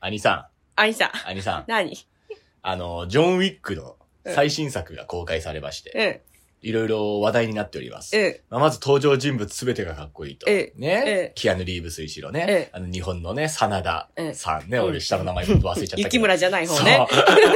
兄さん。 何？ ジョン・ウィックの最新作が公開されまして、いろいろ話題になっております。まず登場人物すべてがかっこいいと。ね。キアヌ・リーブスにしろね。日本のね、真田さんね。俺下の名前忘れちゃったけど。 雪村じゃない方ね。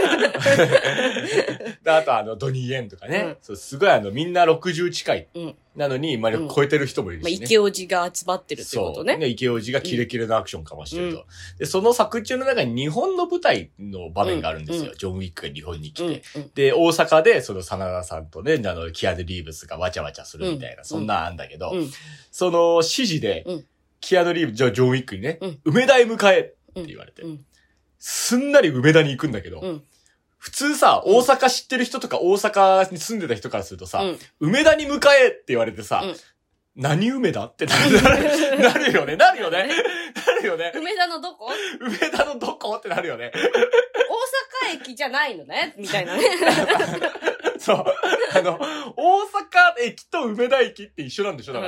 で、あとドニー・エンとかね。そう、すごいみんな60近い。なのに、超えてる人もいるしね。 池オジが集まってるってことね。 そう。池オジがキレキレのアクションかましてると。で、その作中の中に日本の舞台の場面があるんですよ。ジョン・ウィックが日本に来て。で、大阪で、その真田さんとね、キアヌ・リーブスがわちゃわちゃするみたいな、そんなんあんだけど、その指示で、キアヌ・リーブス、ジョン・ウィックにね、梅田へ向かえって言われて、すんなり梅田に行くんだけど、普通さ、大阪知ってる人とか大阪に住んでた人からするとさ、梅田に向かえって言われてさ、何梅田ってなるよね。なるよね。 梅田のどこってなるよね。 大阪駅じゃないのねみたいなね。 そう。大阪駅と梅田駅って一緒なんでしょだから。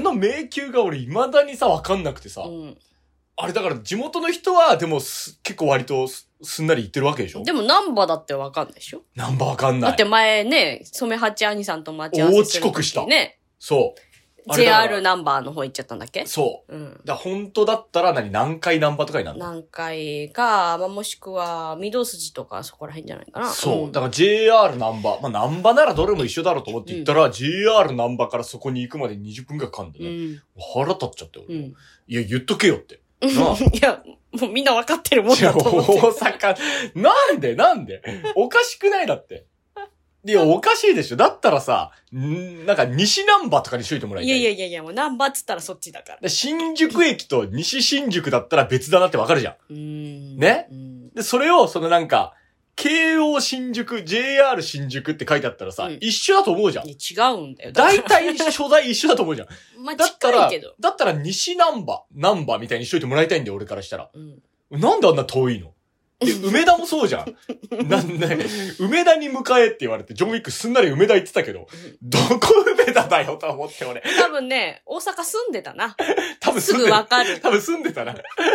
迷宮が俺未だにさ、わかんなくてさ。あれだから地元の人はでも結構割とすんなり言ってるわけでしょ。 でも難波だってわかんないでしょ。 難波わかんない。 だって前ね、染八兄さんと待ち合わせする時、ね。 大遅刻した。そう。 JR ナンバーの方行っちゃったんだっけ？ そう。本当だったら南海ナンバーとかになるの？ 南海か、もしくは、御堂筋とかそこら辺じゃないかな。 そう。だから JR ナンバー。ナンバーならどれも一緒だろうと思って言ったら、JR ナンバーからそこに行くまで20分がかかるんだね。腹立っちゃって俺。いや、言っとけよって。 いや、もうみんなわかってるもんだと思って。 大阪、なんでおかしくないだって。いや、おかしいでしょ。だったらさ、なんか西難波とかにしといてもらいたい。 いや、もう難波っつったらそっちだから。 新宿駅と西新宿だったら別だなってわかるじゃん。ね。で、それを、京王新宿、JR 新宿って書いてあったらさ、一緒だと思うじゃん。 違うんだよ。 大体所在一緒だと思うじゃん。 近いけど。 だったら西難波みたいにしといてもらいたいんだよ、俺からしたら。なんであんな遠いの？梅田もそうじゃん。梅田に迎えって言われて、ジョン・ウィックすんなり梅田行ってたけど、どこ梅田だよと思って俺。 多分ね、大阪住んでたな。 多分住んでた。すぐわかる。多分住んでたな。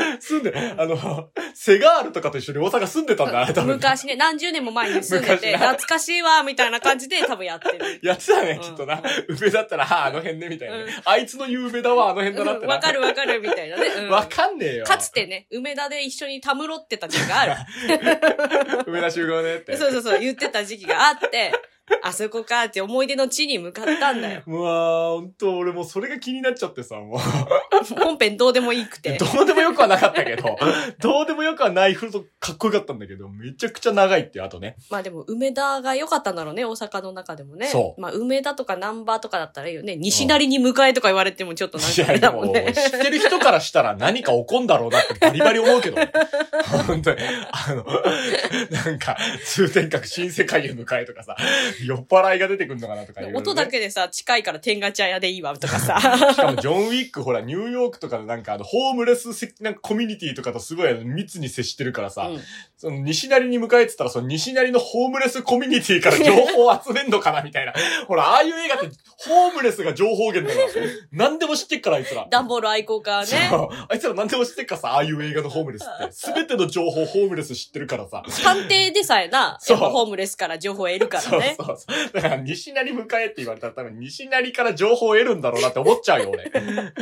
セガールとかと一緒に大阪住んでたんだ、多分。 昔ね、何十年も前に住んでて、懐かしいわ、みたいな感じで多分やってる。 やってたね、きっとな。梅田ったら、あの辺ね、みたいな。あいつの言う梅田はあの辺だなってな。 わかる、みたいなね。 わかんねえよ。 かつてね、梅田で一緒にたむろってた時期がある。 梅田集合ねって。 そう、言ってた時期があって、あそこかって思い出の地に向かったんだよ。 ほんと、俺もうそれが気になっちゃってさ、もう。 本編どうでもいいくて。 どうでもよくはなかったけど、どうでもよくはないほどかっこよかったんだけど、めちゃくちゃ長いって、あとね。 でも、梅田が良かったんだろうね、大阪の中でもね。 そう。 梅田とか難波とかだったらいいよね。西成に迎えとか言われてもちょっとなんかあれだもんね。 知ってる人からしたら何か起こんだろうなってバリバリ思うけど。本当に。なんか、通天閣新世界へ迎えとかさ、酔っ払いが出てくるのかなとかいう、ね。 音だけでさ、近いから天ガチャ屋でいいわとかさ。 しかもジョン・ウィックほら、ニューヨークとかでなんかホームレスなんかコミュニティとかとすごい密に接してるからさ、その西成に迎えって言ったらその西成のホームレスコミュニティから情報を集めんのかなみたいな。ほら、ああいう映画ってホームレスが情報源だから、何でも知ってっからあいつら。 ダンボール愛好家ね。 そう。あいつら何でも知ってっからさ、ああいう映画のホームレスって。すべての情報ホームレス知ってるからさ。 探偵でさえな、やっぱホームレスから情報を得るからね。 そう。だから西成迎えって言われたら多分西成から情報を得るんだろうなって思っちゃうよ、俺。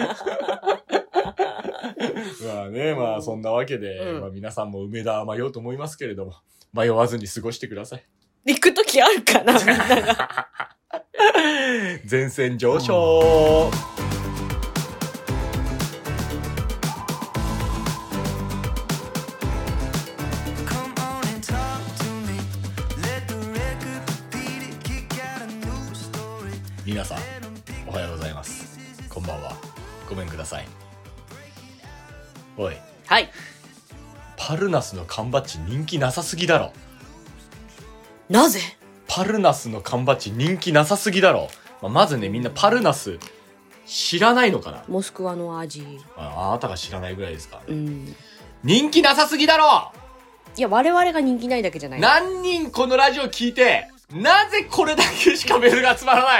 そんなわけで、皆さんも梅田迷うと思いますけれども、迷わずに過ごしてください。 行くときあるかな、みんなが。 前線上昇。皆さん、おはようございます。こんばんは。ごめんください。おい。 はい。 パルナスの缶バッジ人気なさすぎだろ。 なぜ？ パルナスの缶バッジ人気なさすぎだろ。まずね、みんなパルナス知らないのかな？ モスクワの味。 あなたが知らないぐらいですか、人気なさすぎだろ。 いや、我々が人気ないだけじゃない。 何人このラジオ聞いて、なぜこれだけしかメールが集まらない？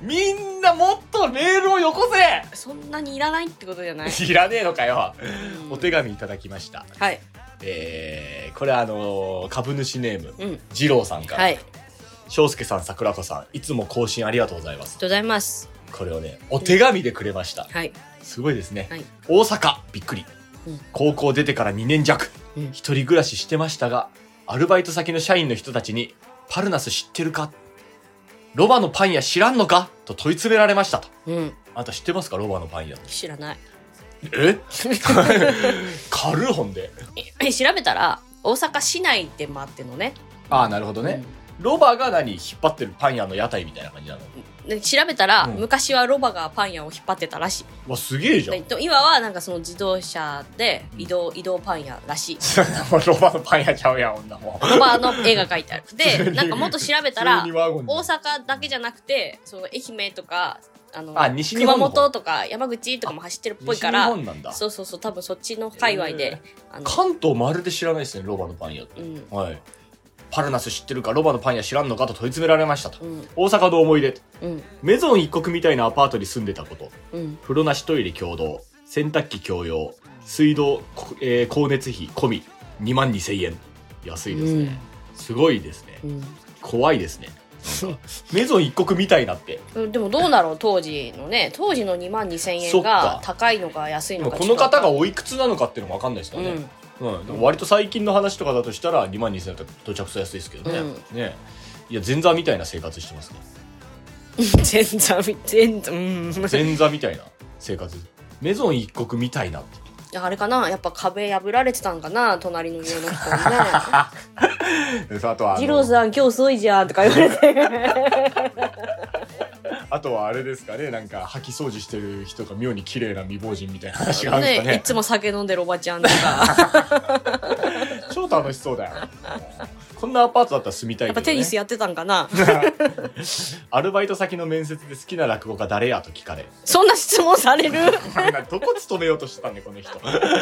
みんなもっとメールをよこせ。 そんなにいらないってことじゃない？ いらねえのかよ。 うんお手紙いただきました。 はい。 これ株主ネーム、 うん。 二郎さんから。 はい。あり翔介さん、桜子さん、いつも更新ありがとうございます。 がとうございます。 これをね、お手紙でくれました。 はい。 すごいですね。 はい。 大阪、びっくり。 うん高校出てから2年弱、 うん一人暮らししてましたが、アルバイト先の社員の人たちに、パルナス知ってるか？ロバのパン屋知らんのか？と問い詰められましたと。 うん。 あんた知ってますか？ロバのパン屋。 知らない。 えカルホンで。 調べたら、大阪市内でもあってのね。 ああ、なるほどね。ロバが引っ張ってるパン屋の屋台みたいな感じなの？ で調べたら、 うん昔はロバがパン屋を引っ張ってたらしい。 わ、すげえじゃん。 で今はなんかその自動車で移動パン屋らしい。 ロバのパン屋ちゃうやん、女もん。 ロバの絵が描いてある。で、なんかもっと調べたら、 普通にワゴンで大阪だけじゃなくて、その愛媛とか、 西日本の方熊本とか山口とかも走ってるっぽいから西日本なんだ。 そうそうそう、多分そっちの界隈で、 関東まるで知らないですね、ロバのパン屋って。 うん、 はい。パルナス知ってるか、ロバのパン屋知らんのかと問い詰められましたと。 うん、 大阪の思い出。 うん、 メゾン一国みたいなアパートに住んでたこと。 うん、 風呂なしトイレ共同。洗濯機共用。水道、光熱費込み。22,000円。安いですね。すごいですね。怖いですね。メゾン一国みたいなって。 でもどうだろう、当時の22,000円が高いのか安いのか。 この方がおいくつなのかっていうのも分かんないですからね。でも割と最近の話とかだとしたら22,000円だと到着安いですけどね。ね、いや前座みたいな生活してますね。 前座みたいな生活。メゾン一国みたいなって。 あれかな、やっぱ壁破られてたんかな、隣の家の人にね。 あとは二郎さん今日遅いじゃんとか言われて。 あとはあれですかね、なんか掃き掃除してる人が妙に綺麗な未亡人みたいな話があるんですかね。 いつも酒飲んでるおばちゃんとか。 超楽しそうだよ。こんなアパートだったら住みたいけどね。 やっぱテニスやってたんかな。 アルバイト先の面接で好きな落語家誰やと聞かれ。 そんな質問される？ どこ勤めようとしてたんねこの人。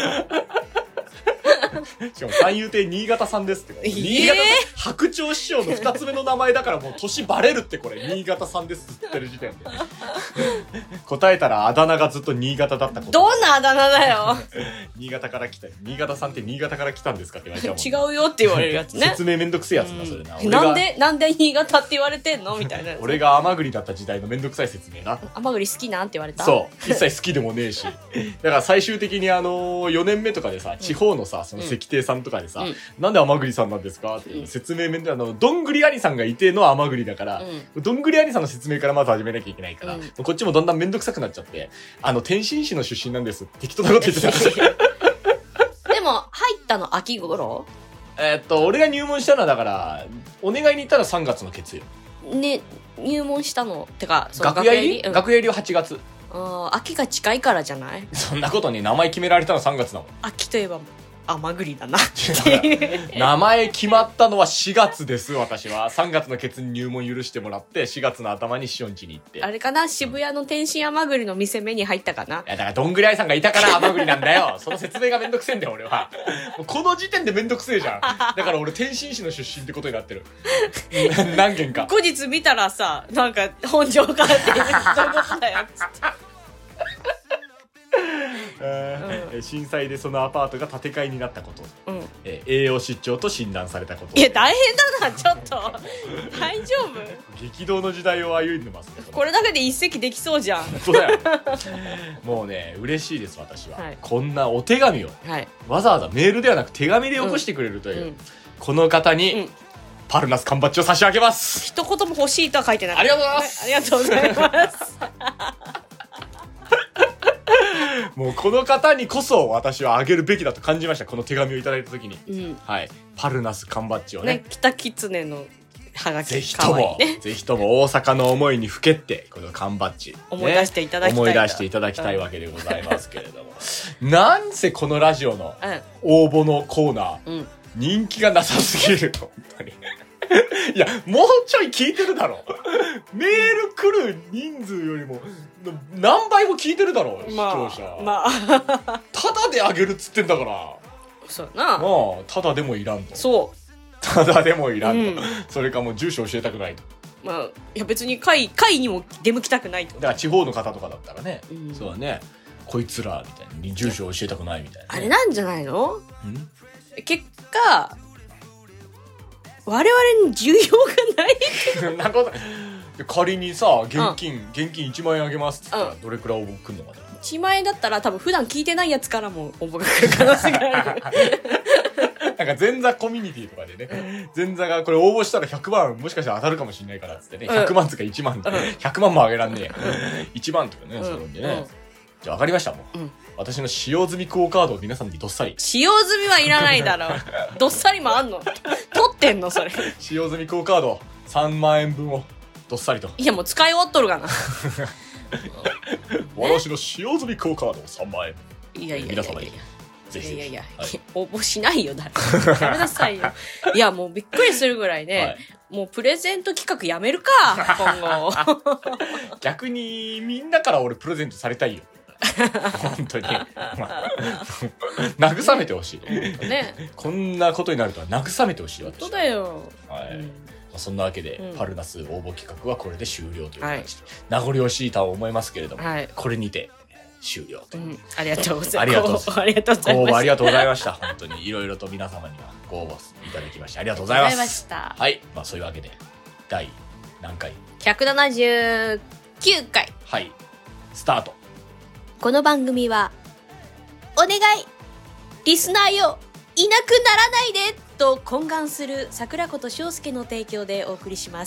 しかも三遊亭新潟さんですって。新潟白鳥師匠の2つ目の名前だからもう年バレるってこれ。新潟さんですって言ってる時点で。答えたらあだ名がずっと新潟だったこと。 どんなあだ名だよ。 新潟から来た。新潟さんって新潟から来たんですかって言われちゃうもん。 違うよって言われるやつね。 説明めんどくせえやつだそれな。 なんで新潟って言われてんのみたいな。 俺が甘栗だった時代のめんどくさい説明な。 甘栗好きなんって言われた。 そう一切好きでもねえし。だから最終的に4年目とかでさ、地方のさその石庭さんとかでさ、なんで甘栗さんなんですかって説明面でどんぐり兄さんがいての甘栗だから、どんぐり兄さんの説明からまず始めなきゃいけないから、こっちもだんだんめんどくさくなっちゃって、天津市の出身なんです適当なこと言ってた。 でも入ったの秋頃？ 俺が入門したのはだからお願いに行ったら3月のケツよ。 ね、入門したのってかその楽屋入りは8月。 秋が近いからじゃない？ そんなことに名前決められたの3月だもん。 秋といえば甘栗だな。 名前決まったのは4月です。私は3月のケツに入門許してもらって4月の頭にシオン家に行って。 あれかな、渋谷の天津甘栗の店目に入ったかな。 いやだからどんぐりあいさんがいたから甘栗なんだよ。その説明がめんどくせえんだよ俺は。もうこの時点でめんどくせえじゃん。だから俺天津市の出身ってことになってる。何件か後日見たらさ、なんか本庄からって言うことだよっつって。 震災でそのアパートが建て替えになったこと、栄養失調と診断されたこと。 いや大変だな、ちょっと大丈夫？ 激動の時代を歩んでますね。 これだけで一席できそうじゃん。 そうだよ。もうね嬉しいです私は、こんなお手紙を、わざわざメールではなく手紙でよこしてくれるという、この方に、パルナス缶バッジを差し上げます。 一言も欲しいとは書いてない。 ありがとうございます、 ありがとうございます。 もうこの方にこそ私はあげるべきだと感じました。この手紙をいただいた時に、パルナス缶バッジをね、 北キツネのハガキ、 ぜひとも、ぜひとも大阪の思いにふけってこの缶バッジ、 思い出していただきたい、 思い出していただきたいわけでございますけれども、なんせこのラジオの応募のコーナー、人気がなさすぎる。本当に。いやもうちょい聞いてるだろ。メール来る人数よりも何倍も聞いてるだろ、視聴者。ただであげるっつってんだから。 そうな。 ただでもいらんと。 そう。 ただでもいらんと。それかもう住所教えたくないと。 まあ、いや別に会にも出向きたくないと。 だから地方の方とかだったらね、 うん、 そうだね、こいつらみたいな、住所教えたくないみたいな、ね、 あれなんじゃないの？結果我々に需要がないそんなこと仮にさ現金1万円あげますって言ったらどれくらい応募来るのかな。 1万円だったら多分普段聞いてないやつからも応募が来る可能性があるなんか前座コミュニティとかでね、前座がこれ応募したら100万もしかしたら当たるかもしれないからっつってね、100万とか1万、100万もあげらんねえや1万とかね、そういうんでね、じゃあ分かりました。もう、私の使用済みクオカードを皆さんにどっさり。 使用済みはいらないだろう。どっさりもあんの？取ってんのそれ。 使用済みクオカード3万円分をどっさりと。 いやもう使い終わっとるがな。 私の使用済みクオカードを3万円。 いやいやいやいや。 皆様にぜひ。 いや、はい、応募しないよ、誰。やめなさいよ。いやもうびっくりするぐらいね、はい、もうプレゼント企画やめるか、今後。 逆にみんなから俺プレゼントされたいよ。本当に、慰めてほしい、ね、こんなことになるとは慰めてほしい。私本当だよ、 はい、そんなわけで、パルナス応募企画はこれで終了という感じで、名残惜しいとは思いますけれども、はい、これにて終了と、 ありがとうございます。 ありがとうございました。ご応募ありがとうございました。本当にいろいろと皆様にはご応募いただきましてありがとうございます。はい、そういうわけで第何回 ？179回、 はい、スタート。 この番組はお願いリスナーよいなくならないでと懇願する桜子と翔介の提供でお送りします。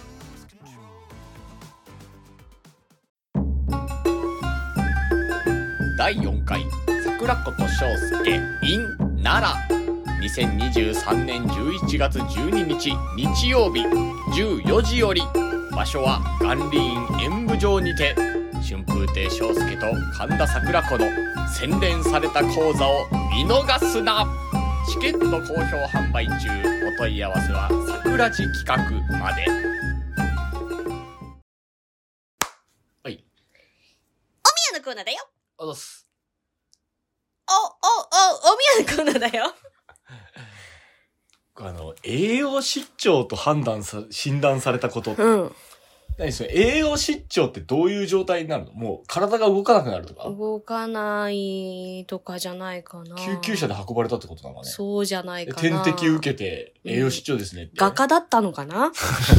第4回桜子と翔介 in 奈良、2023年11月12日日曜日14時より、場所は元林院演舞場にて、春風亭昇介と神田桜子の洗練された講座を見逃すな。チケット好評販売中。お問い合わせは桜地企画まで。はい、 おみやのコーナーだよ。 おどす。 おみやのコーナーだよ。 栄養失調と診断されたこと、何それ、栄養失調ってどういう状態になるの？もう体が動かなくなるとか？ 動かないとかじゃないかな。 救急車で運ばれたってことなのかね。 そうじゃないかな。 点滴受けて栄養失調ですねって。 画家だったのかな。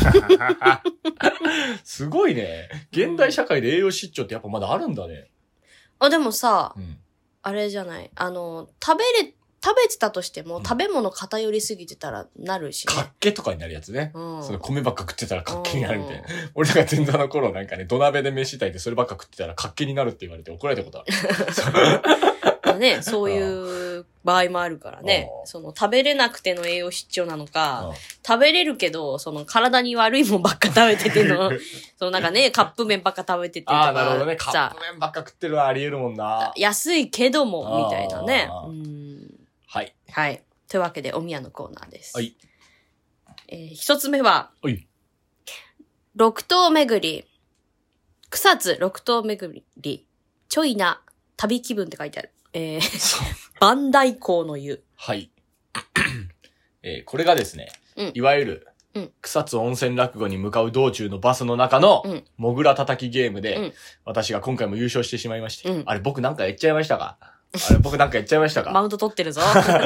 すごいね。現代社会で栄養失調ってやっぱまだあるんだね。 でもさ、あれじゃない。食べてたとしても、食べ物偏りすぎてたらなるしね。 かっけとかになるやつね。その米ばっか食ってたらかっけになるみたいな。俺らが前座の頃なんかね、土鍋で飯炊いてそればっか食ってたらかっけになるって言われて怒られたことある。 ね、そういう場合もあるからね。食べれなくての栄養失調なのか、食べれるけど、体に悪いもんばっか食べてての、なんかね、カップ麺ばっか食べててとか。 なるほどね。カップ麺ばっか食ってるのはあり得るもんな。 安いけども、みたいなね。 はい。 はい。というわけで、おみやのコーナーです。 はい。 一つ目は、六島巡り、草津六島巡り、ちょいな旅気分って書いてある。磐梯港の湯。 はい。これがですね、いわゆる、草津温泉落語に向かう道中のバスの中の、もぐら叩きゲームで、私が今回も優勝してしまいまして、あれ僕なんかやっちゃいましたか？ マウント取ってるぞ。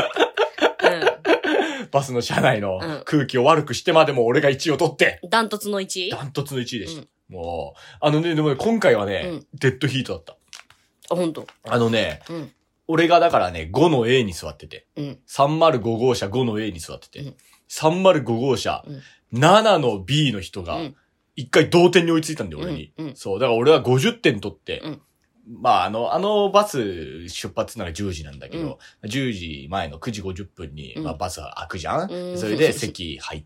バスの車内の空気を悪くしてまでも俺が1位を取って。 ダントツの1位？ ダントツの1位でした。もう、でもね、今回はね、デッドヒートだった。 あ、ほんと？ 俺がだからね、5の A に座ってて、305号車5の A に座ってて、305号車、7の B の人が、一回同点に追いついたんだよ、俺に。そう、だから俺は50点取って、まあ、バス出発なら10時なんだけど、10時前の9時50分に、まあ、バスは開くじゃん、それで席入って、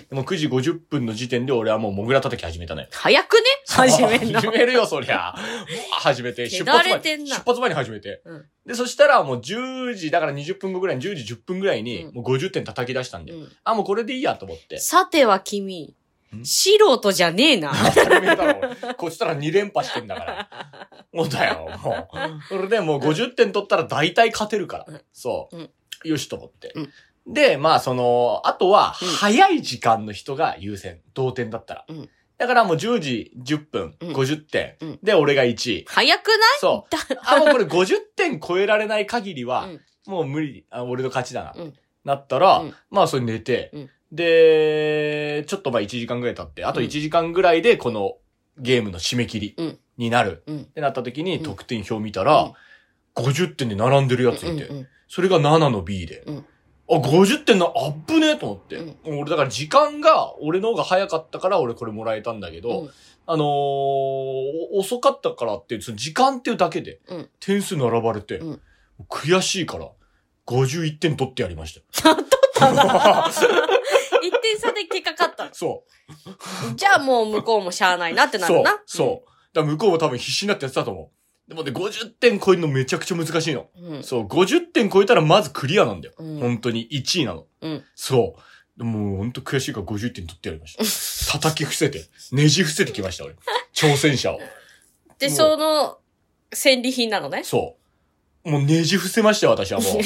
でも9時50分の時点で俺はもうモグラ叩き始めたのよ。 早くね始めんの。 始めるよ、そりゃ。始めて、出発前に始めて。で、そしたらもう10時、だから20分後ぐらいに、10時10分ぐらいに、もう50点叩き出したんで、もうこれでいいやと思って。 さては君、素人じゃねえな。 当たり前だろ。こっちたら2連覇してんだから。もうだよ、もう。それでもう50点取ったら大体勝てるから。そう。よしと思って。 で、まああとは、早い時間の人が優先。同点だったら。だからもう10時10分、50点。で、俺が1位。 早くない？ そう。もうこれ50点超えられない限りは、もう無理。俺の勝ちだな。なったら、まあそれ寝て、で、ちょっと1時間ぐらい経って、あと1時間ぐらいでこのゲームの締め切りになる。ってなった時に得点表見たら、50点で並んでるやついて、それが7の B で、50点のアップねと思って。俺だから時間が俺の方が早かったから俺これもらえたんだけど、遅かったからってその時間っていうだけで点数並ばれて、悔しいから51点取ってやりました。 取ったな。1点差で結果勝ったの。 そう。 じゃあもう向こうもしゃあないなってなるな。 そう。だから向こうも多分必死になってやってたと思う。でもね、50点超えるのめちゃくちゃ難しいの。そう、50点超えたらまずクリアなんだよ。本当に1位なの。そう。もう本当悔しいから50点取ってやりました。叩き伏せて、ねじ伏せてきました、俺。挑戦者を。 で、その、戦利品なのね。 そう。もうねじ伏せましたよ、私はもう。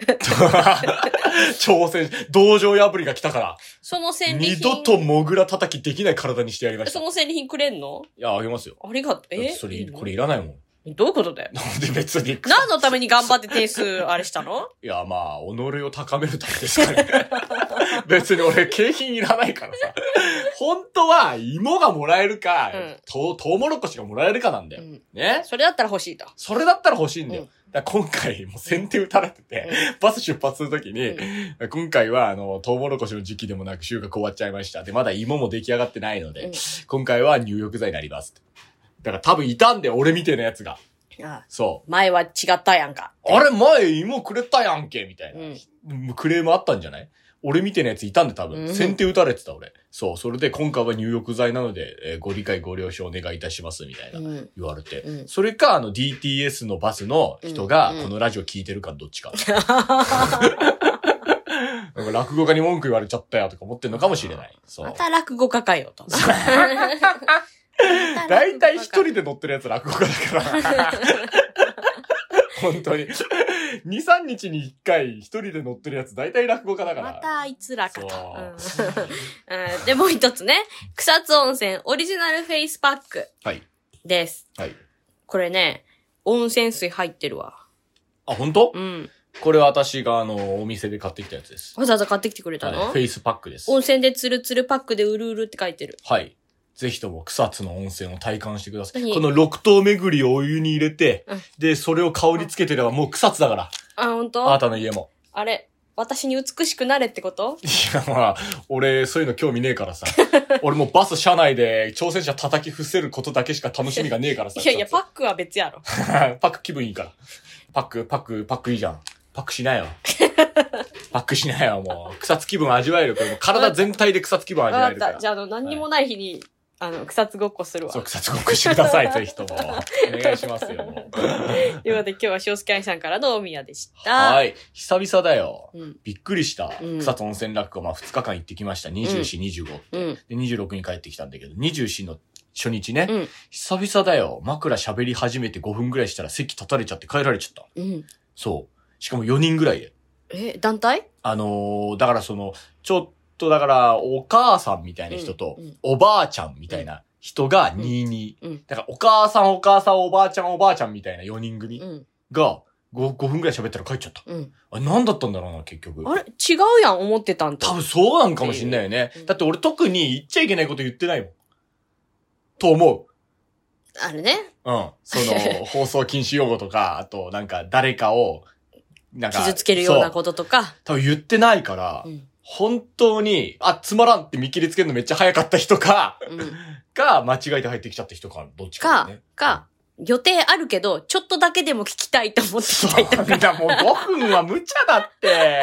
挑戦、道場破りが来たから。 その戦利品。 二度とモグラ叩きできない体にしてやりました。 その戦利品くれんの？ いや、あげますよ。 ありがとう。 それ、これいらないもん。 どういうことだよ。 なんで別に。 何のために頑張って点数あれしたの？ いや、まあ、己を高めるためですかね。別に俺、景品いらないからさ。本当は、芋がもらえるか、トウモロコシがもらえるかなんだよ。ね。 それだったら欲しいと。 それだったら欲しいんだよ。だから今回、もう先手打たれてて、バス出発するときに、今回は、トウモロコシの時期でもなく収穫終わっちゃいました。で、まだ芋も出来上がってないので、今回は入浴剤になります。だから多分いたんだよ、俺みてえなやつが。そう。 前は違ったやんか。 あれ、前芋くれたやんけみたいな。クレームあったんじゃない？俺みてえなやついたんで多分。先手打たれてた俺。そう。それで今回は入浴剤なので、ご理解ご了承お願いいたしますみたいな言われて。それかDTS のバスの人がこのラジオ聞いてるかどっちか。なんか落語家に文句言われちゃったよとか思ってんのかもしれない。そう。 また落語家かよと。 だいたい一人で乗ってるやつ落語家だから。本当に。2、3日に1回一人で乗ってるやつだいたい落語家だから。 またあいつらかと。で、もう一つね。草津温泉オリジナルフェイスパック。はい。です。はい。これね、温泉水入ってるわ。 あ、本当？これは私がお店で買ってきたやつです。 わざわざ買ってきてくれたの？ はい、フェイスパックです。 温泉でツルツルパックでうるうるって書いてる。 はい。ぜひとも草津の温泉を体感してください。この6頭巡りをお湯に入れて、で、それを香りつけてればもう草津だから。 あ、本当？ あなたの家も。 あれ、私に美しくなれってこと？ いや、まあ、俺、そういうの興味ねえからさ。俺もうバス車内で挑戦者叩き伏せることだけしか楽しみがねえからさ。 いやいや、パックは別やろ。 パック気分いいから。パックいいじゃん。パックしなよ。パックしなよ、もう。草津気分味わえる。これもう体全体で草津気分味わえるから。 じゃあ、何にもない日に、草津ごっこするわ。 そう、草津ごっこしてください、ぜひとも。お願いしますよ、もう。 ということで、今日は塩介愛さんからのお宮でした。 はい。久々だよ。びっくりした。草津温泉落語、2日間行ってきました。24、25。で、26に帰ってきたんだけど、24の初日ね。久々だよ。枕喋り始めて5分ぐらいしたら席立たれちゃって帰られちゃった。そう。しかも4人ぐらいで。 団体？ だからちょっとだから、お母さんみたいな人と、おばあちゃんみたいな人が22。だからお母さん、おばあちゃんみたいな4人組が5分ぐらい喋ったら帰っちゃった。あれ何だったんだろうな、結局。 あれ違うやん、思ってたんと。 多分そうなんかもしんないよね。だって俺特に言っちゃいけないこと言ってないもん。と思う。 あれね。 放送禁止用語とか、あとなんか誰かを、 傷つけるようなこととか。 多分言ってないから、本当に、つまらんって見切りつけるのめっちゃ早かった人か、が間違えて入ってきちゃった人か、どっちかだね。 予定あるけど、ちょっとだけでも聞きたいと思ってきた人か。 いや、もう5分は無茶だって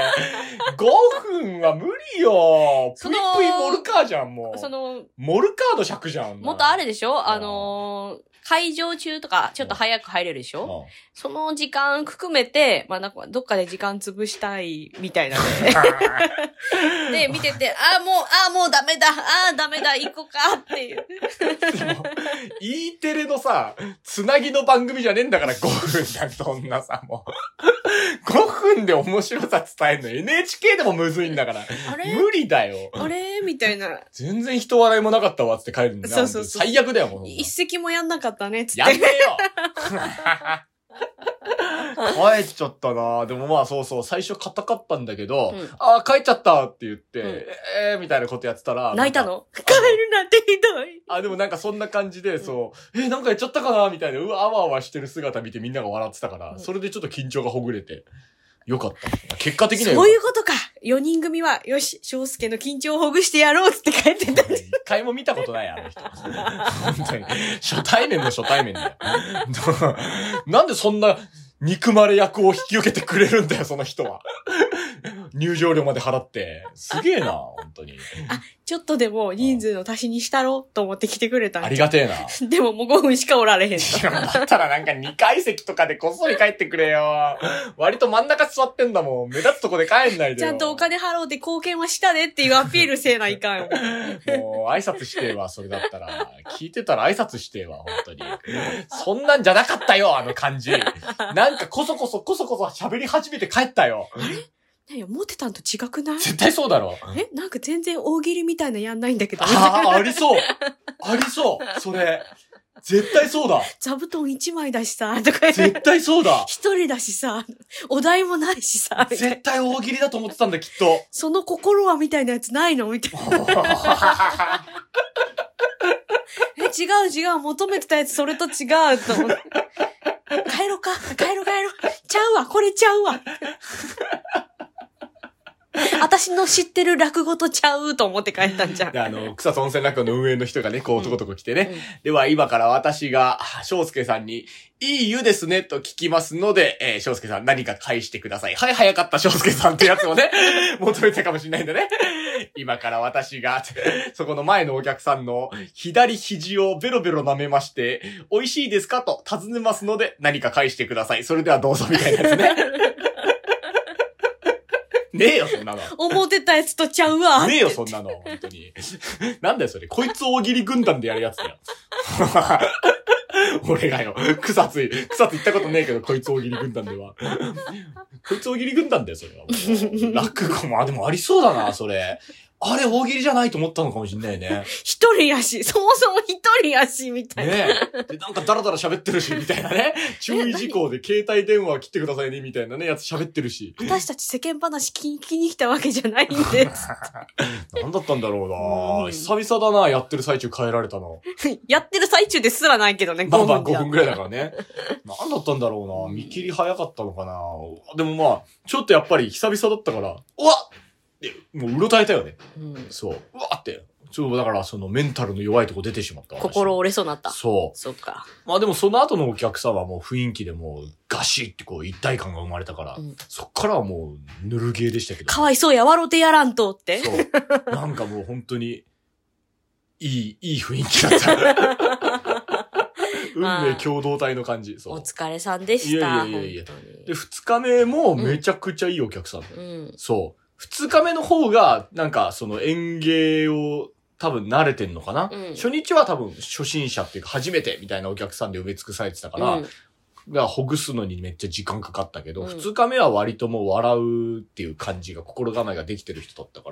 。5分は無理よ。プイプイモルカーじゃん、もう。モルカード尺じゃん。 もっとあれでしょ？会場中とか、ちょっと早く入れるでしょ？その時間含めて、まあ、なんか、どっかで時間潰したい、みたいなね。で、見てて、もうダメだ、行こうか、っていう。 E テレのさ、つつなぎの番組じゃねえんだから5分だ、そんなさ、もう。5分で面白さ伝えるの NHK でもむずいんだから。 あれ無理だよ。 あれみたいな。 全然人笑いもなかったわ、つって帰るんだよ。 そう。 最悪だよ、もう。 一席もやんなかったね、つって。 やんねえよ帰っちゃったな。でもまあそうそう、最初硬かったんだけど、帰っちゃったって言って、みたいなことやってたら。 泣いたの？帰るなんてひどい。 でもなんかそんな感じで、そう、なんかやっちゃったかなみたいな、あわあわしてる姿見てみんなが笑ってたから、それでちょっと緊張がほぐれて、よかった。結果的にはそういうことか。4人組は、よし、翔介の緊張をほぐしてやろうって帰ってた。 一回も見たことない、あの人。本当に。初対面の初対面だよ。なんでそんな憎まれ役を引き受けてくれるんだよ、その人は。入場料まで払って。すげえな、本当に。 ちょっとでも人数の足しにしたろと思って来てくれたん。 ありがてえな。 でももう5分しかおられへんと。 だったらなんか2階席とかでこっそり帰ってくれよ。割と真ん中座ってんだもん。目立つとこで帰んないでよ。 ちゃんとお金払うて貢献はしたでっていうアピールせえないかんよ。 もう挨拶してえわ、それだったら。聞いてたら挨拶してえわ、本当に。そんなんじゃなかったよ、あの感じ。なんかこそこそ喋り始めて帰ったよ。 何よ、思ってたんと違くない？ 絶対そうだろ。 なんか全然大喜利みたいなやんないんだけど。 ありそう。ありそう。それ。絶対そうだ。 座布団1枚だしさ、とか。 絶対そうだ。 一人だしさ、お題もないしさ。 絶対大喜利だと思ってたんだ、きっと。 その心はみたいなやつないのみたいな。違う、求めてたやつそれと違うと思って。帰ろう。ちゃうわ、これちゃうわ。私の知ってる落語とちゃうと思って帰ったんじゃん。 で、草津温泉落語の運営の人がね、こう男とこ来てね。では、今から私が、翔介さんに、いい湯ですね、と聞きますので、翔介さん何か返してください。はい、早かった翔介さんってやつをね、求めたかもしれないんだね。今から私が、そこの前のお客さんの左肘をベロベロ舐めまして、美味しいですかと尋ねますので、何か返してください。それではどうぞ、みたいなやつね。ねえよ、そんなの。 思ってたやつとちゃうわ。 ねえよ、そんなの。本当に。なんだよ、それ。こいつ大喜利軍団でやるやつだよ。俺がよ。草津行ったことねえけど、こいつ大喜利軍団では。こいつ大喜利軍団だよ、それは。落語も、でもありそうだな、それ。あれ、大喜利じゃないと思ったのかもしんないね。 一人やし、そもそも一人やし、みたいな。 ねえ。で、なんかダラダラ喋ってるし、みたいなね。注意事項で携帯電話切ってくださいね、みたいなね、やつ喋ってるし。 私たち世間話聞きに来たわけじゃないんです。 なんだったんだろうな。久々だな、やってる最中変えられたの。 やってる最中ですらないけどね、 5分ぐらいだからね。なんだったんだろうな。見切り早かったのかな。でもまあ、ちょっとやっぱり久々だったから、うわっもううろたえたよね。そう。うわーって。だからそのメンタルの弱いとこ出てしまった。 心折れそうになった。 そう。 そっか。 まあでもその後のお客さんはもう雰囲気でもうガシってこう一体感が生まれたから、そっからはもうぬるゲーでしたけど。 かわいそうや、笑うてやらんとって。 そう。なんかもう本当に、いい雰囲気だった。運命共同体の感じ。そう。 お疲れさんでした。 いや。で、2日目もめちゃくちゃいいお客さんだ。そう。2日目の方が、なんか、その演芸を多分慣れてんのかな、初日は多分初心者っていうか初めてみたいなお客さんで埋め尽くされてたから、がほぐすのにめっちゃ時間かかったけど、2日目は割ともう笑うっていう感じが、心構えができてる人だったから、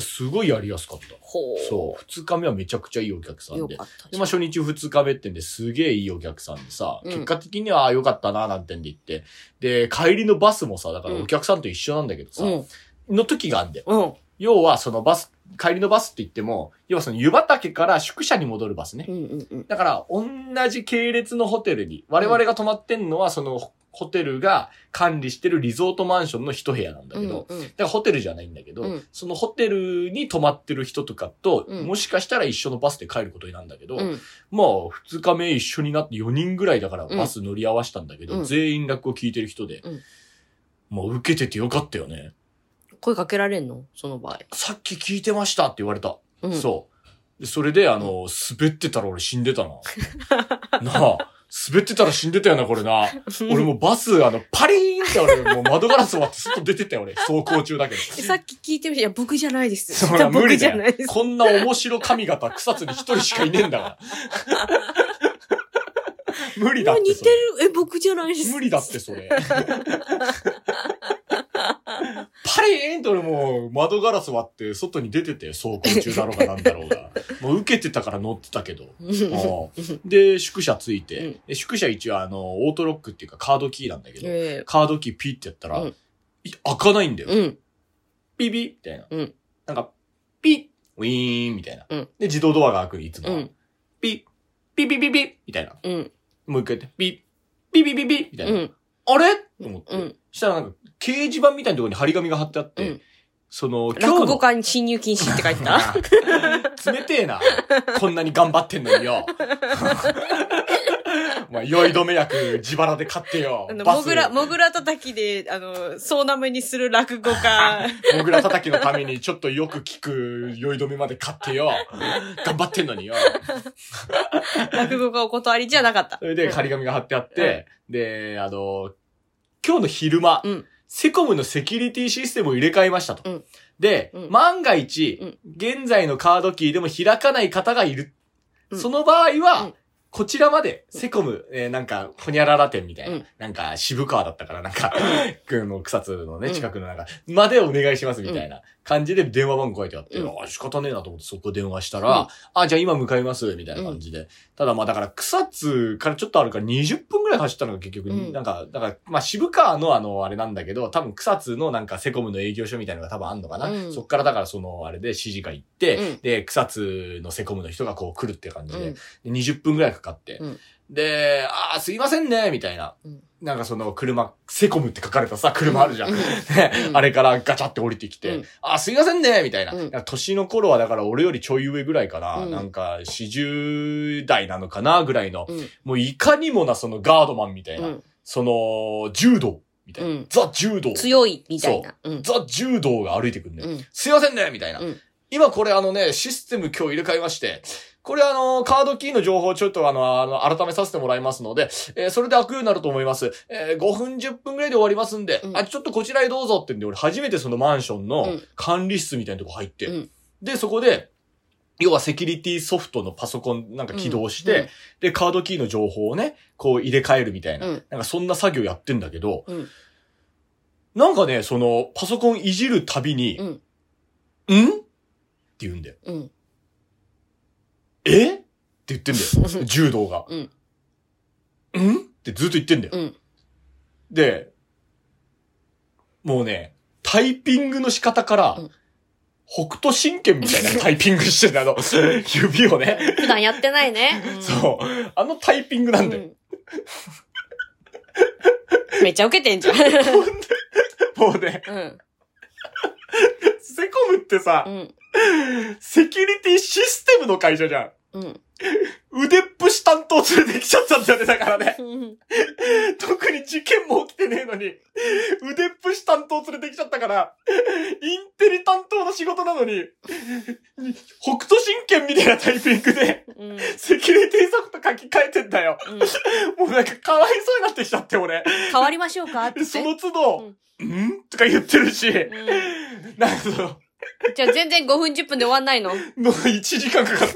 すごいやりやすかった。そう。2日目はめちゃくちゃいいお客さんで。で、まあ初日2日目ってんですげえいいお客さんでさ、結果的には良かったななんてんで言って、で、帰りのバスもさ、だからお客さんと一緒なんだけどさ、の時があんだよ。要はその帰りのバスって言っても、要はその湯畑から宿舎に戻るバスね。だから、同じ系列のホテルに、我々が泊まってんのはそのホテルが管理してるリゾートマンションの一部屋なんだけど、だからホテルじゃないんだけど、そのホテルに泊まってる人とかと、もしかしたら一緒のバスで帰ることになるんだけど、もう2日目一緒になって4人ぐらいだからバス乗り合わせたんだけど、全員落語聞いてる人で、もう受けててよかったよね。 声かけられんのその場合。 さっき聞いてましたって言われた。そう。それで、滑ってたら俺死んでたな。なあ、滑ってたら死んでたよな、これな。俺もうバス、パリーンって俺、もう窓ガラス割って外出てたよ、俺。走行中だけど。 さっき聞いてみて、いや、僕じゃないです。 そら無理だよ。こんな面白髪型、草津に一人しかいねえんだから。 無理だって。 似てる。僕じゃないです。 無理だって、それ。パリーンと俺もう窓ガラス割って外に出てて、走行中だろうがなんだろうが。もう受けてたから乗ってたけど。で、宿舎ついて、宿舎一応オートロックっていうかカードキーなんだけど、カードキーピッてやったら、開かないんだよ。ピピみたいな。なんか、ピッ、ウィーンみたいな。で、自動ドアが開くいつも。ピッ、ピピピピみたいな。もう一回やって、ピッ、ピピピピみたいな。あれと思って。したらなんか、掲示板みたいなところに張り紙が貼ってあって、今日落語家に侵入禁止って書いてた冷てえな。こんなに頑張ってんのによ。酔い止め薬自腹で買ってよ。 もぐら叩きで、総なめにする落語家。 もぐら叩きのためにちょっとよく効く酔い止めまで買ってよ。頑張ってんのによ。 落語家お断りじゃなかった。 それで、張り紙が貼ってあって、で、今日の昼間、セコムのセキュリティシステムを入れ替えましたと。で、万が一、現在のカードキーでも開かない方がいる。その場合は、こちらまで、セコム、なんか、ほにゃらら店みたいな、なんか、渋川だったから、なんか、草津のね、近くのなんか、までお願いしますみたいな感じで電話番号書いてあって、仕方ねえなと思ってそこ電話したら、じゃあ今向かいます、みたいな感じで。ただだから、草津からちょっとあるから20分くらい走ったのが結局、なんか、だから、渋川のあれなんだけど、多分草津のなんかセコムの営業所みたいなのが多分あんのかな。そっからだからあれで指示が行って、で、草津のセコムの人がこう来るって感じで、20分くらいかかって、で、すいませんね、みたいな。なんか車、セコムって書かれたさ、車あるじゃん。あれからガチャって降りてきて、すいませんね、みたいな。年の頃はだから俺よりちょい上ぐらいかな。なんか40代なのかな、ぐらいの。もういかにもなガードマンみたいな。柔道。みたいな。ザ・柔道。 強い、みたいな。 ザ・柔道が歩いてくんだよ。すいませんね、みたいな。今これシステム今日入れ替えまして、これカードキーの情報をちょっと改めさせてもらいますので、それで開くようになると思います。5分10分ぐらいで終わりますんで、ちょっとこちらへどうぞってんで、俺初めてマンションの管理室みたいなとこ入って、で、そこで、要はセキュリティソフトのパソコンなんか起動して、で、カードキーの情報をね、こう入れ替えるみたいな、なんかそんな作業やってんだけど、なんかね、パソコンいじるたびに、って言うんだよ。って言ってんだよ。柔道が。ってずっと言ってんだよ。で、もうね、タイピングの仕方から、北斗神拳みたいなタイピングしてた指をね。 普段やってないね。 そう。タイピングなんだよ。 めっちゃ受けてんじゃん。 もうね。セコムってさ、セキュリティシステムの会社じゃん。腕っぷし担当連れてきちゃったんだよね、だからね。特に事件も起きてねえのに、腕っぷし担当連れてきちゃったから、インテリ担当の仕事なのに、北斗神拳みたいなタイピングで、セキュリティソフト書き換えてんだよ。もうなんかかわいそうになってきちゃって、俺。 変わりましょうかって。 その都度、とか言ってるし、なんかじゃあ全然5分10分で終わんないの？ もう1時間かかった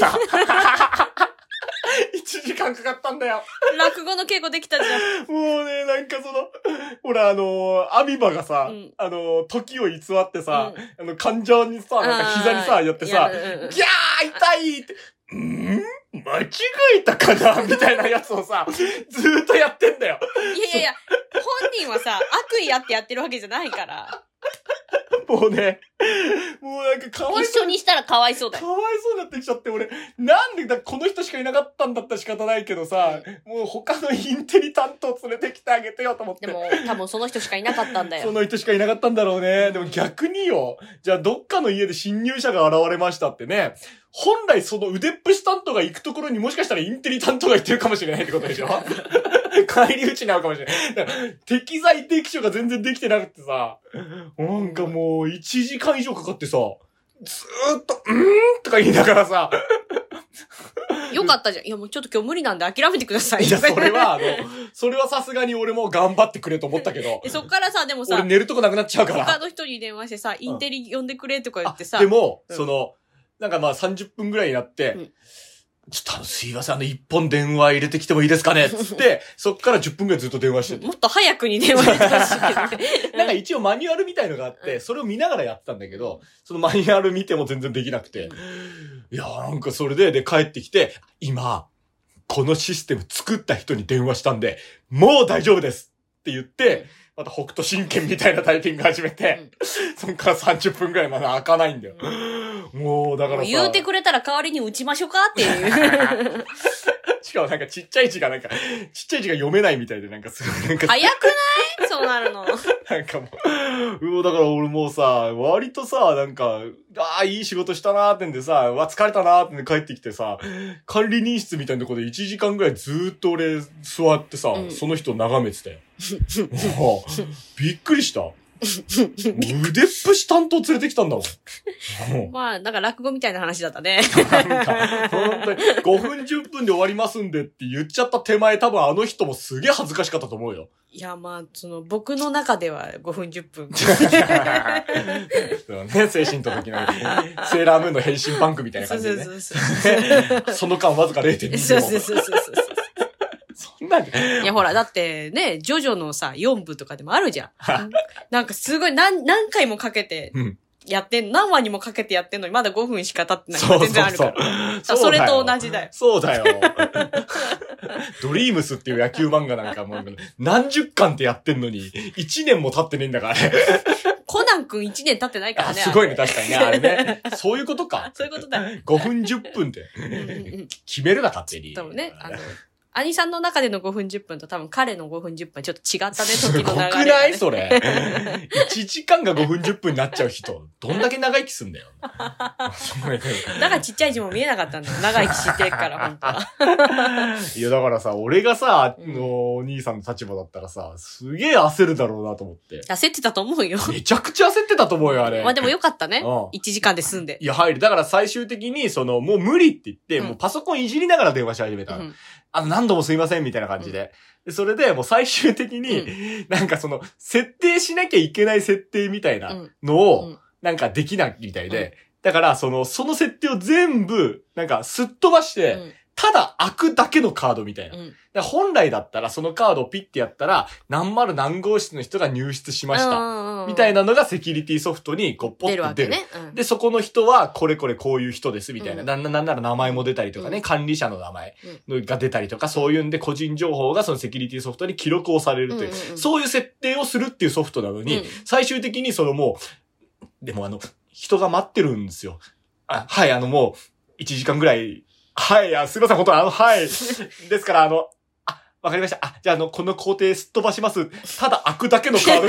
。1時間かかったんだよ。 落語の稽古できたじゃん。 もうね、なんかほらアミバがさ、時を偽ってさ、患者にさ、なんか膝にさ、やってさ、ギャー痛いって、間違えたかなみたいなやつをさ、ずーっとやってんだよ。 いや、本人はさ、悪意あってやってるわけじゃないから。 もうね、もうなんかかわいそう。 一緒にしたらかわいそうだよ。 かわいそうになってきちゃって、俺、なんでこの人しかいなかったんだったら仕方ないけどさ、もう他のインテリ担当連れてきてあげてよと思って。 でも、多分その人しかいなかったんだよ。 その人しかいなかったんだろうね。でも逆によ、じゃあどっかの家で侵入者が現れましたってね、本来その腕っぷし担当が行くところにもしかしたらインテリ担当が行ってるかもしれないってことでしょ。帰り討ちに会うかもしれない。だから適材適所が全然できてなくてさ、なんかもう1時間以上かかってさ、ずーっと、とか言いながらさ、 よかったじゃん。いやもうちょっと今日無理なんで諦めてください。 いや、それはさすがに俺も頑張ってくれと思ったけど。 そっからさ、でもさ、 俺寝るとこなくなっちゃうから。 他の人に電話してさ、インテリ呼んでくれとか言ってさ。 でも、なんか30分ぐらいになって、 ちょっとすいません、一本電話入れてきてもいいですかねつって、そっから10分くらいずっと電話してて。 もっと早くに電話入れてほしいけどね。 なんか一応マニュアルみたいのがあって、それを見ながらやってたんだけど、そのマニュアル見ても全然できなくて。いやなんかそれで帰ってきて、今、このシステム作った人に電話したんで、もう大丈夫ですって言って、また北斗神拳みたいなタイピング始めて、そっから30分くらいまで開かないんだよ。もうだからさ。 言うてくれたら代わりに打ちましょうかっていう。 しかもなんかちっちゃい字が読めないみたいでなんかすごいなんか。 早くないそうなるの。 なんかもう、だから俺もうさ、割とさ、なんか、いい仕事したなーってんでさ、疲れたなーってんで帰ってきてさ、管理人室みたいなところで1時間ぐらいずーっと俺座ってさ、その人眺めてて。もう、びっくりした。腕っぷし担当連れてきたんだもん。 まあ、なんか落語みたいな話だったね。 なんか、本当に5分10分で終わりますんでって言っちゃった手前多分あの人もすげえ恥ずかしかったと思うよ。 いや、まあ、僕の中では5分10分。 そうね、精神と時のセーラームーンの変身パンクみたいな感じでね。その間わずか 0.2 秒。 そう。 そんなんいや、ほら、だってね、ジョジョのさ、4部とかでもあるじゃん。なんかすごい何回もかけて、やって何話にもかけてやってんのにまだ5分しか経ってないのが全然あるから。それと同じだよ。 そうだよ。ドリームスっていう野球漫画なんかもう何十巻ってやってんのに1年も経ってねえんだからね。 コナン君1年経ってないからね。 すごいね、確かにね、あれね。そういうことか。 そういうことだよ。 5分10分って決めるな、勝手に。 多分ね、兄さんの中での5分10分と多分彼の5分10分はちょっと違ったね、時の流れ、ね。 すごくないそれ。1時間が5分10分になっちゃう人、どんだけ長生きすんだよ。だからちっちゃい字も見えなかったんだよ。長生きしてるから、本当は。 いや、だからさ、俺がさ、お兄さんの立場だったらさ、すげえ焦るだろうなと思って。 焦ってたと思うよ。 めちゃくちゃ焦ってたと思うよ、あれ。 まあでもよかったね。1時間で済んで。 いや、入る。だから最終的に、もう無理って言って、もうパソコンいじりながら電話し始めた。何度もすいません、みたいな感じで。でそれで、もう最終的に、なんか設定しなきゃいけない設定みたいなのを、なんかできないみたいで、だから、その設定を全部、なんか、すっ飛ばして、ただ開くだけのカードみたいな。だから本来だったら、そのカードをピッてやったら、何丸何号室の人が入室しました。みたいなのがセキュリティソフトに、ポッと出る。出るね。で、そこの人は、これこういう人です、みたいな。なんなら名前も出たりとかね、管理者の名前が出たりとか、そういうんで個人情報がそのセキュリティソフトに記録をされるという、そういう設定をするっていうソフトなのに、最終的にもう、でも人が待ってるんですよ。はい、もう、1時間ぐらい、はい、すいません、本当はい。ですから、わかりました。じゃあ、この工程すっ飛ばします。ただ開くだけのカードが。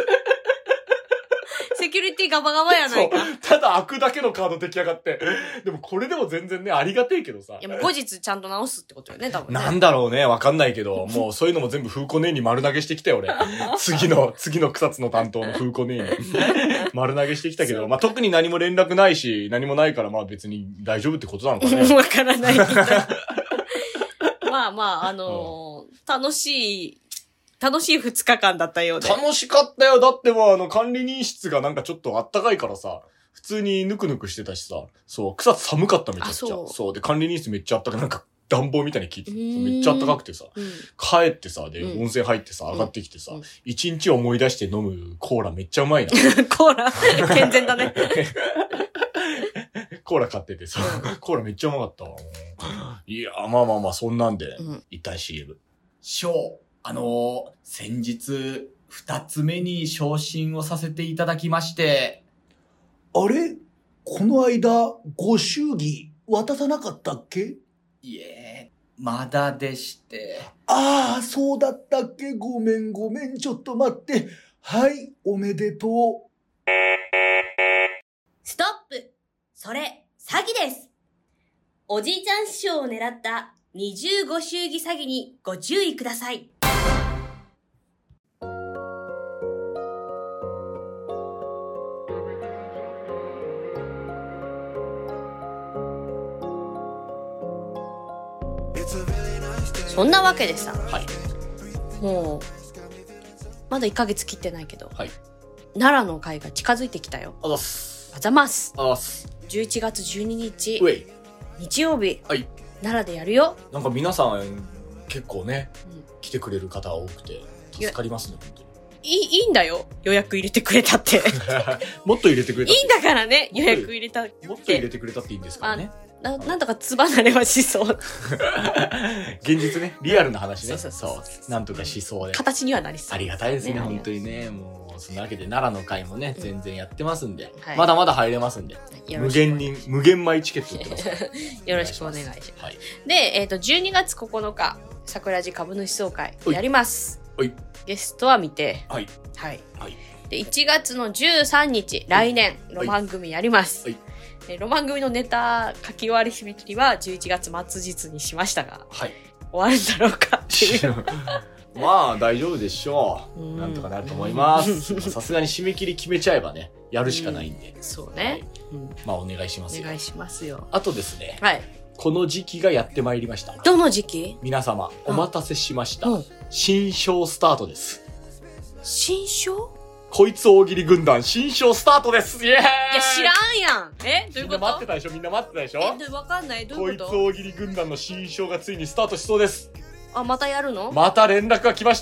セキュリティガバガバやないか。 ただ開くだけのカード出来上がって。でもこれでも全然ね、ありがてえけどさ。 いや、もう後日ちゃんと直すってことよね、多分ね。 なんだろうね、わかんないけど、もうそういうのも全部風子姉に丸投げしてきたよ、俺。次の草津の担当の風子姉に。丸投げしてきたけど、まあ、特に何も連絡ないし、何もないから、まあ別に大丈夫ってことなのかね。 わからないけど。まあ、楽しい2日間だったようで。 楽しかったよ。だってもう管理人室がなんかちょっとあったかいからさ、普通にぬくぬくしてたしさ、そう、草津寒かっためちゃくちゃ。そう。で、管理人室めっちゃあったかい。なんか暖房みたいに効いてめっちゃあったかくてさ、帰ってさ、で、温泉入ってさ、上がってきてさ、一日思い出して飲むコーラめっちゃうまいな。 コーラ健全だね。 コーラ買っててさ、コーラめっちゃうまかったわ。いや、まあ、そんなんで、一旦 CM。 先日、二つ目に昇進をさせていただきまして。 あれ？この間、ご祝儀渡さなかったっけ？ いえ、まだでして。 ああ、そうだったっけ？ごめん、ちょっと待って。はい、おめでとう。 ストップ！それ、詐欺です。おじいちゃん師匠を狙った二重ご祝儀詐欺にご注意ください。 そんなわけでさ、 はい、 もうまだ1ヶ月切ってないけど、 はい、 奈良の会が近づいてきたよ。 あざす。 あざます。 あざす。 11月12日うえい日曜日、 はい、 奈良でやるよ。 なんか皆さん結構ね、来てくれる方多くて助かりますね、本当に。 いいんだよ。予約入れてくれたって。 もっと入れてくれたって。 いいんだからね、予約入れたって。 もっと入れてくれたっていいんですからね。 なんとかつばなれはしそう。 現実ね、リアルな話ね。 そう。 なんとかしそうで。 形にはなりそう。 ありがたいですね、本当にね。もう、そんなわけで奈良の会もね、全然やってますんで、 はい、 まだまだ入れますんで、無限米チケット売ってますから。 よろしくお願いします。 はい、 で、12月9日、桜地株主総会やります。ゲストは見て。 はい。 で、1月の13日、来年、ロマン組やります。ロマン組のネタ書き終わり締め切りは11月末日にしましたが、終わるんだろうかっていう。 まあ大丈夫でしょう。なんとかなると思います。さすがに締め切り決めちゃえばね、やるしかないんで。 そうね。 まあお願いしますよ。 お願いしますよ。 あとですね。 はい。 この時期がやってまいりました。 どの時期？ 皆様、お待たせしました。新章スタートです。 新章？ こいつ大喜利軍団新章スタートです。イエーイ！いや知らんやん。どういうこと？ みんな待ってたでしょ？みんな待ってたでしょ？ わかんない。どういうこと？ こいつ大喜利軍団の新章がついにスタートしそうです。 あ、またやるの？ また連絡が来ました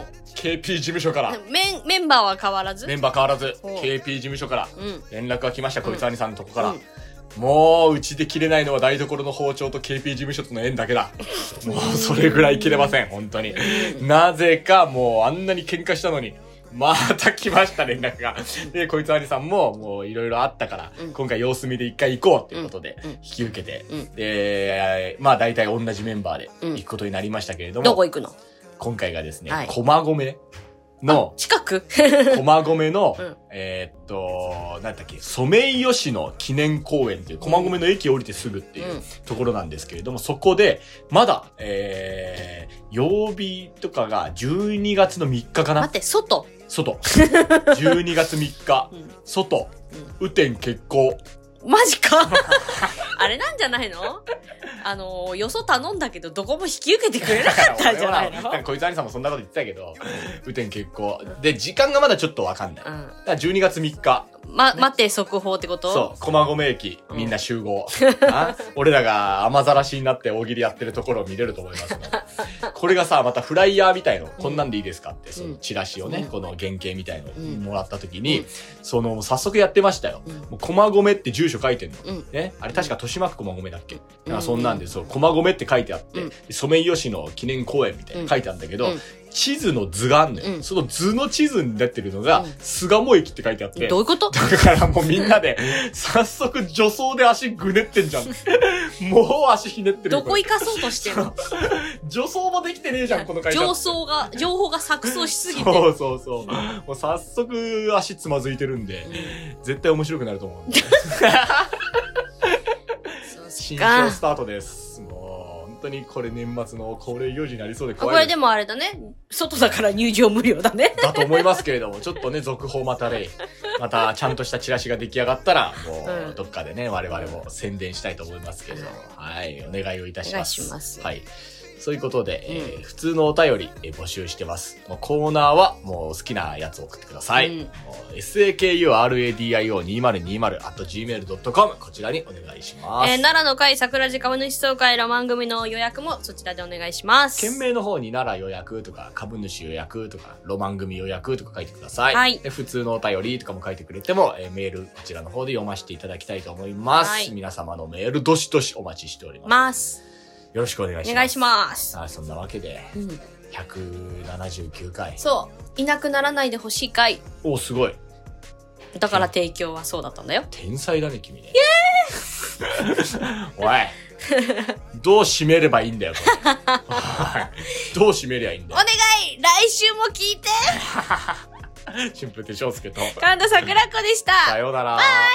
。KP 事務所から。 メンバーは変わらず？ メンバー変わらず。KP 事務所から連絡が来ました。こいつ兄さんのとこから。もう、うちで切れないのは台所の包丁と KP 事務所との縁だけだ。もう、それぐらい切れません。本当に。なぜか、もう、あんなに喧嘩したのに、また来ました、連絡が。で、こいつ兄さんも、もう、いろいろあったから、今回様子見で一回行こうっていうことで、引き受けて、で、まあ、大体同じメンバーで行くことになりましたけれども。 どこ行くの？ 今回がですね、駒込の、 近く駒込の、なんだっけ、ソメイヨシノ記念公園っていう、駒込の駅降りてすぐっていうところなんですけれども、そこで、まだ、曜日とかが12月の3日かな。 待って、外。 12月3日、外、雨天決行。 マジかあれなんじゃないの？よそ頼んだけど、どこも引き受けてくれなかったんじゃないの？ こいつ兄さんもそんなこと言ってたけど、雨天決行。で、時間がまだちょっとわかんない。だから12月3日。 待って、速報ってこと？ そう、駒込駅、みんな集合。俺らが雨ざらしになって大喜利やってるところを見れると思いますので。これがさ、またフライヤーみたいの、こんなんでいいですかって、そのチラシをね、この原型みたいのもらった時に、早速やってましたよ。駒込って住所書いてんの。ね。あれ確か豊島区駒込だっけ？そんなんで、駒込って書いてあって、ソメイヨシノ記念公園みたいな書いてあるんだけど、地図の図があんのよ。その図の地図になってるのが、巣鴨駅って書いてあって。 どういうこと？ だからもうみんなで、早速助走で足ぐねってんじゃん。もう足ひねってる。 どこ行かそうとしてんの？ 助走もできてねえじゃん、この会社。 情報が錯綜しすぎて。 そう。もう早速足つまずいてるんで、絶対面白くなると思う。新章スタートです。本当にこれ年末の恒例行事になりそうで怖いです。 これでもあれだね。外だから入場無料だね。 だと思いますけれども、ちょっとね、続報またちゃんとしたチラシが出来上がったら、もう、どっかでね、我々も宣伝したいと思いますけれども、はい、お願いをいたします。 お願いします。 はい。そういうことで、普通のお便り、募集してます。もうコーナーはもう好きなやつを送ってください。sakuradio2020@gmail.com こちらにお願いします。 奈良の会桜地株主総会ロマン組の予約もそちらでお願いします。 件名の方に奈良予約とか株主予約とかロマン組予約とか書いてください。 はい。 で普通のお便りとかも書いてくれても、メールこちらの方で読ませていただきたいと思います。はい、皆様のメールどしどしお待ちしております。よろしくお願いします。 お願いします。 そんなわけで、179回。 そう。いなくならないでほしい回。 お、すごい。 だから提供はそうだったんだよ。 天才だね、君ね。おい。どう締めればいいんだよ、これ。どう締めりゃいいんだよ。 お願い来週も聞いて春風亭昇介と神田桜子でした。 さようなら。 バイ